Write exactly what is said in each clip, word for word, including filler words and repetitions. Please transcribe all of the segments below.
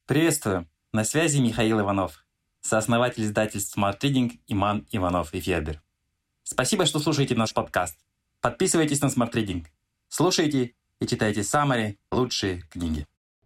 Приветствую! На связи Михаил Иванов, сооснователь издательств Smart Reading Иман Иванов и Федер. Спасибо, что слушаете наш подкаст. Подписывайтесь на Smart Reading. Слушайте и читайте самые лучшие книги.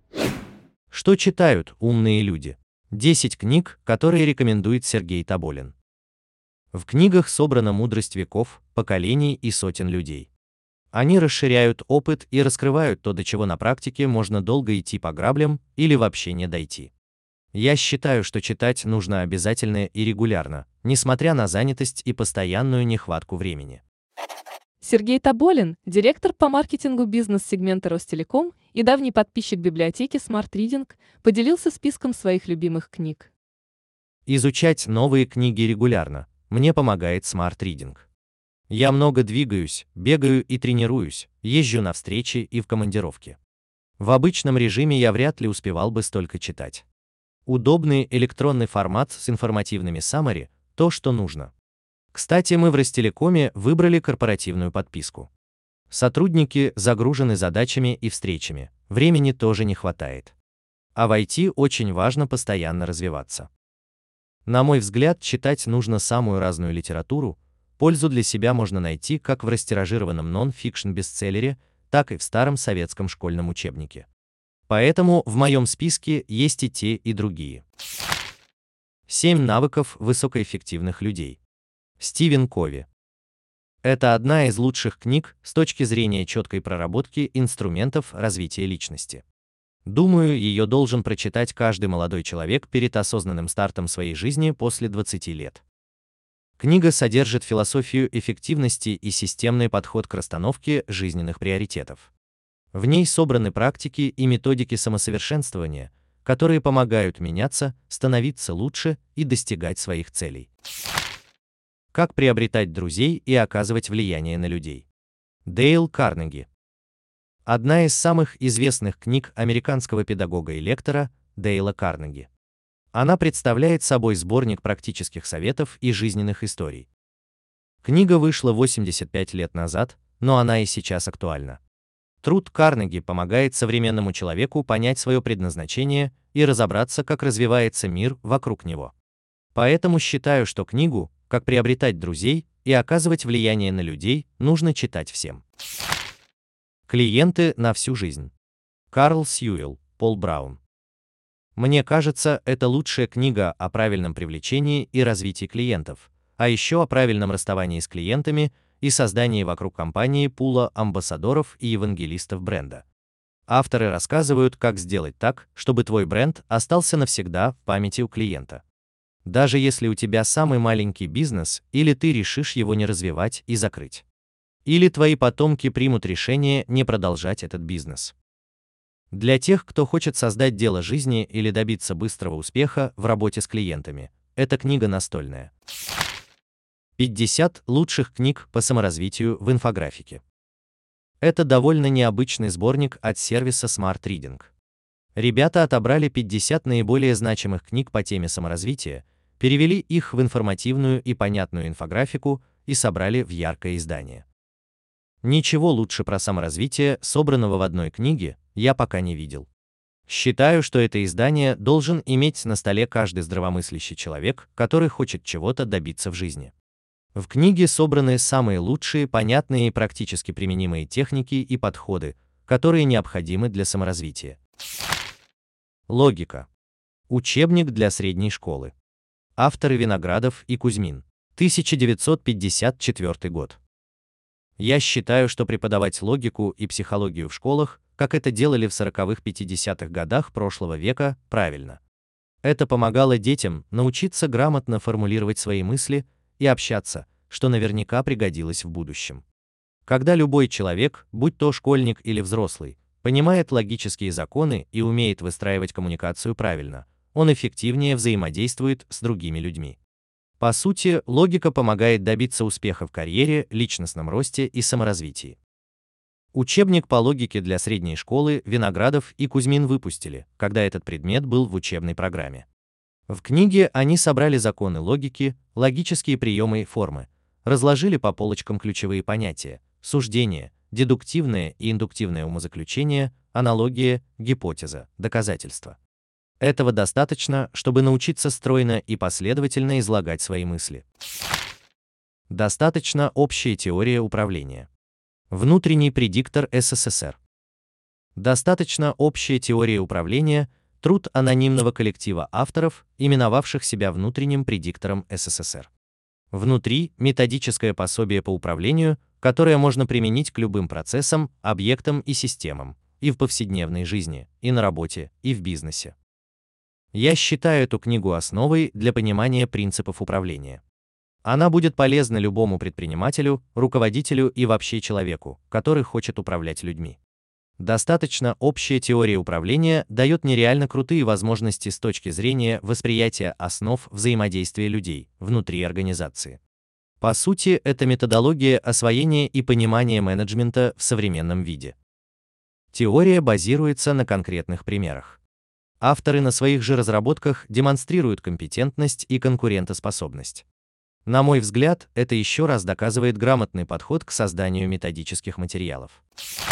Что читают умные люди? десять книг, которые рекомендует Сергей Тоболин. В книгах собрана мудрость веков, поколений и сотен людей. Они расширяют опыт и раскрывают то, до чего на практике можно долго идти по граблям или вообще не дойти. Я считаю, что читать нужно обязательно и регулярно, несмотря на занятость и постоянную нехватку времени. Сергей Тоболин, директор по маркетингу бизнес-сегмента Ростелеком и давний подписчик библиотеки Smart Reading, поделился списком своих любимых книг. Изучать новые книги регулярно мне помогает Smart Reading. Я много двигаюсь, бегаю и тренируюсь, езжу на встречи и в командировки. В обычном режиме я вряд ли успевал бы столько читать. Удобный электронный формат с информативными саммари – то, что нужно. Кстати, мы в Ростелекоме выбрали корпоративную подписку. Сотрудники загружены задачами и встречами, времени тоже не хватает. А в ай ти очень важно постоянно развиваться. На мой взгляд, читать нужно самую разную литературу. Пользу для себя можно найти как в растиражированном нон-фикшн бестселлере, так и в старом советском школьном учебнике. Поэтому в моем списке есть и те, и другие. семь навыков высокоэффективных людей. Стивен Кови. Это одна из лучших книг с точки зрения четкой проработки инструментов развития личности. Думаю, ее должен прочитать каждый молодой человек перед осознанным стартом своей жизни после двадцати лет. Книга содержит философию эффективности и системный подход к расстановке жизненных приоритетов. В ней собраны практики и методики самосовершенствования, которые помогают меняться, становиться лучше и достигать своих целей. Как приобретать друзей и оказывать влияние на людей. Дейл Карнеги. Одна из самых известных книг американского педагога и лектора Дейла Карнеги. Она представляет собой сборник практических советов и жизненных историй. Книга вышла восемьдесят пять лет назад, но она и сейчас актуальна. Труд Карнеги помогает современному человеку понять свое предназначение и разобраться, как развивается мир вокруг него. Поэтому считаю, что книгу «Как приобретать друзей и оказывать влияние на людей» нужно читать всем. Клиенты на всю жизнь. Карл Сьюэлл, Пол Браун. Мне кажется, это лучшая книга о правильном привлечении и развитии клиентов, а еще о правильном расставании с клиентами и создании вокруг компании пула амбассадоров и евангелистов бренда. Авторы рассказывают, как сделать так, чтобы твой бренд остался навсегда в памяти у клиента. Даже если у тебя самый маленький бизнес, или ты решишь его не развивать и закрыть. Или твои потомки примут решение не продолжать этот бизнес. Для тех, кто хочет создать дело жизни или добиться быстрого успеха в работе с клиентами, эта книга настольная. пятьдесят лучших книг по саморазвитию в инфографике. Это довольно необычный сборник от сервиса Smart Reading. Ребята отобрали пятьдесят наиболее значимых книг по теме саморазвития, перевели их в информативную и понятную инфографику и собрали в яркое издание. Ничего лучше про саморазвитие, собранного в одной книге, я пока не видел. Считаю, что это издание должен иметь на столе каждый здравомыслящий человек, который хочет чего-то добиться в жизни. В книге собраны самые лучшие, понятные и практически применимые техники и подходы, которые необходимы для саморазвития. Логика. Учебник для средней школы. Авторы Виноградов и Кузьмин. тысяча девятьсот пятьдесят четвёртый год. Я считаю, что преподавать логику и психологию в школах, как это делали в сороковых-пятидесятых годах прошлого века, правильно. Это помогало детям научиться грамотно формулировать свои мысли и общаться, что наверняка пригодилось в будущем. Когда любой человек, будь то школьник или взрослый, понимает логические законы и умеет выстраивать коммуникацию правильно, он эффективнее взаимодействует с другими людьми. По сути, логика помогает добиться успеха в карьере, личностном росте и саморазвитии. Учебник по логике для средней школы Виноградов и Кузьмин выпустили, когда этот предмет был в учебной программе. В книге они собрали законы логики, логические приемы и формы, разложили по полочкам ключевые понятия: суждение, дедуктивное и индуктивное умозаключение, аналогия, гипотеза, доказательство. Этого достаточно, чтобы научиться стройно и последовательно излагать свои мысли. Достаточно общая теория управления. Внутренний предиктор СССР. Достаточно общая теория управления – труд анонимного коллектива авторов, именовавших себя внутренним предиктором СССР. Внутри – методическое пособие по управлению, которое можно применить к любым процессам, объектам и системам, и в повседневной жизни, и на работе, и в бизнесе. Я считаю эту книгу основой для понимания принципов управления. Она будет полезна любому предпринимателю, руководителю и вообще человеку, который хочет управлять людьми. Достаточно общая теория управления дает нереально крутые возможности с точки зрения восприятия основ взаимодействия людей внутри организации. По сути, это методология освоения и понимания менеджмента в современном виде. Теория базируется на конкретных примерах. Авторы на своих же разработках демонстрируют компетентность и конкурентоспособность. На мой взгляд, это еще раз доказывает грамотный подход к созданию методических материалов.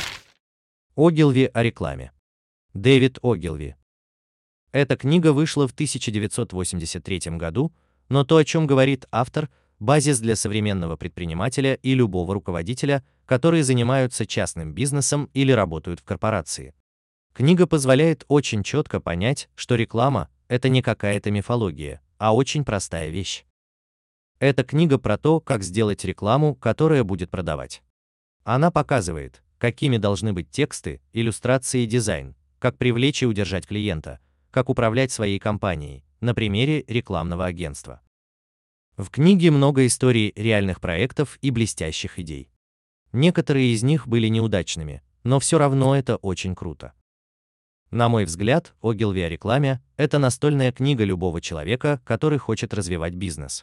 Огилви о рекламе. Дэвид Огилви. Эта книга вышла в тысяча девятьсот восемьдесят третьем году, но то, о чем говорит автор, базис для современного предпринимателя и любого руководителя, которые занимаются частным бизнесом или работают в корпорации. Книга позволяет очень четко понять, что реклама – это не какая-то мифология, а очень простая вещь. Это книга про то, как сделать рекламу, которая будет продавать. Она показывает, какими должны быть тексты, иллюстрации и дизайн, как привлечь и удержать клиента, как управлять своей компанией, на примере рекламного агентства. В книге много историй реальных проектов и блестящих идей. Некоторые из них были неудачными, но все равно это очень круто. На мой взгляд, Огилви о рекламе – это настольная книга любого человека, который хочет развивать бизнес.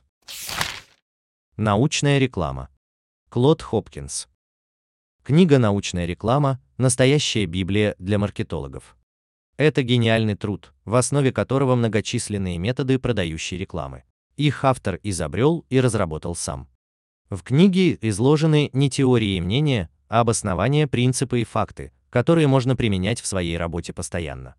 Научная реклама. Клод Хопкинс. Книга «Научная реклама» – настоящая библия для маркетологов. Это гениальный труд, в основе которого многочисленные методы продающей рекламы. Их автор изобрел и разработал сам. В книге изложены не теории и мнения, а обоснования, принципы и факты, которые можно применять в своей работе постоянно.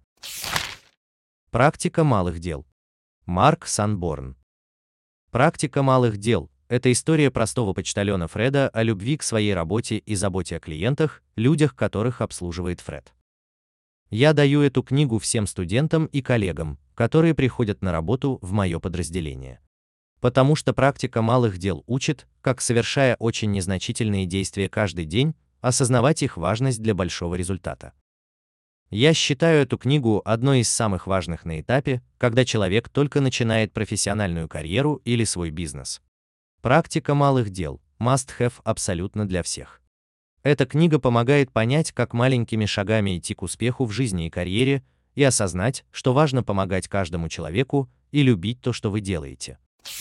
Практика малых дел. Марк Санборн. Практика малых дел – это история простого почтальона Фреда о любви к своей работе и заботе о клиентах, людях, которых обслуживает Фред. Я даю эту книгу всем студентам и коллегам, которые приходят на работу в мое подразделение. Потому что практика малых дел учит, как, совершая очень незначительные действия каждый день, осознавать их важность для большого результата. Я считаю эту книгу одной из самых важных на этапе, когда человек только начинает профессиональную карьеру или свой бизнес. Практика малых дел – must-have абсолютно для всех. Эта книга помогает понять, как маленькими шагами идти к успеху в жизни и карьере, и осознать, что важно помогать каждому человеку и любить то, что вы делаете.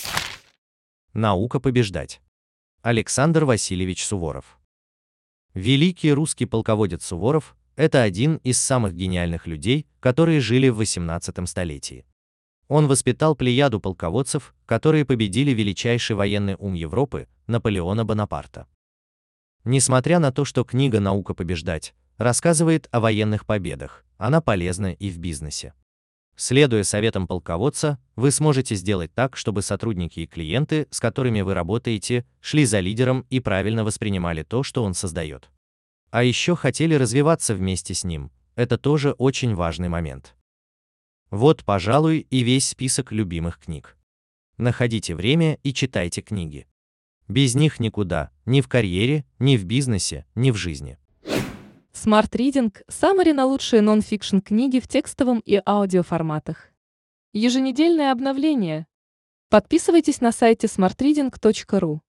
Наука побеждать. Александр Васильевич Суворов. Великий русский полководец Суворов – это один из самых гениальных людей, которые жили в восемнадцатом столетии. Он воспитал плеяду полководцев, которые победили величайший военный ум Европы – Наполеона Бонапарта. Несмотря на то, что книга «Наука побеждать» рассказывает о военных победах, она полезна и в бизнесе. Следуя советам полководца, вы сможете сделать так, чтобы сотрудники и клиенты, с которыми вы работаете, шли за лидером и правильно воспринимали то, что он создает. А еще хотели развиваться вместе с ним. Это тоже очень важный момент. Вот, пожалуй, и весь список любимых книг. Находите время и читайте книги. Без них никуда, ни в карьере, ни в бизнесе, ни в жизни. Smart Reading – Summary на лучшие нон-фикшн книги в текстовом и аудиоформатах. Еженедельное обновление. Подписывайтесь на сайте смарт ридинг точка ру.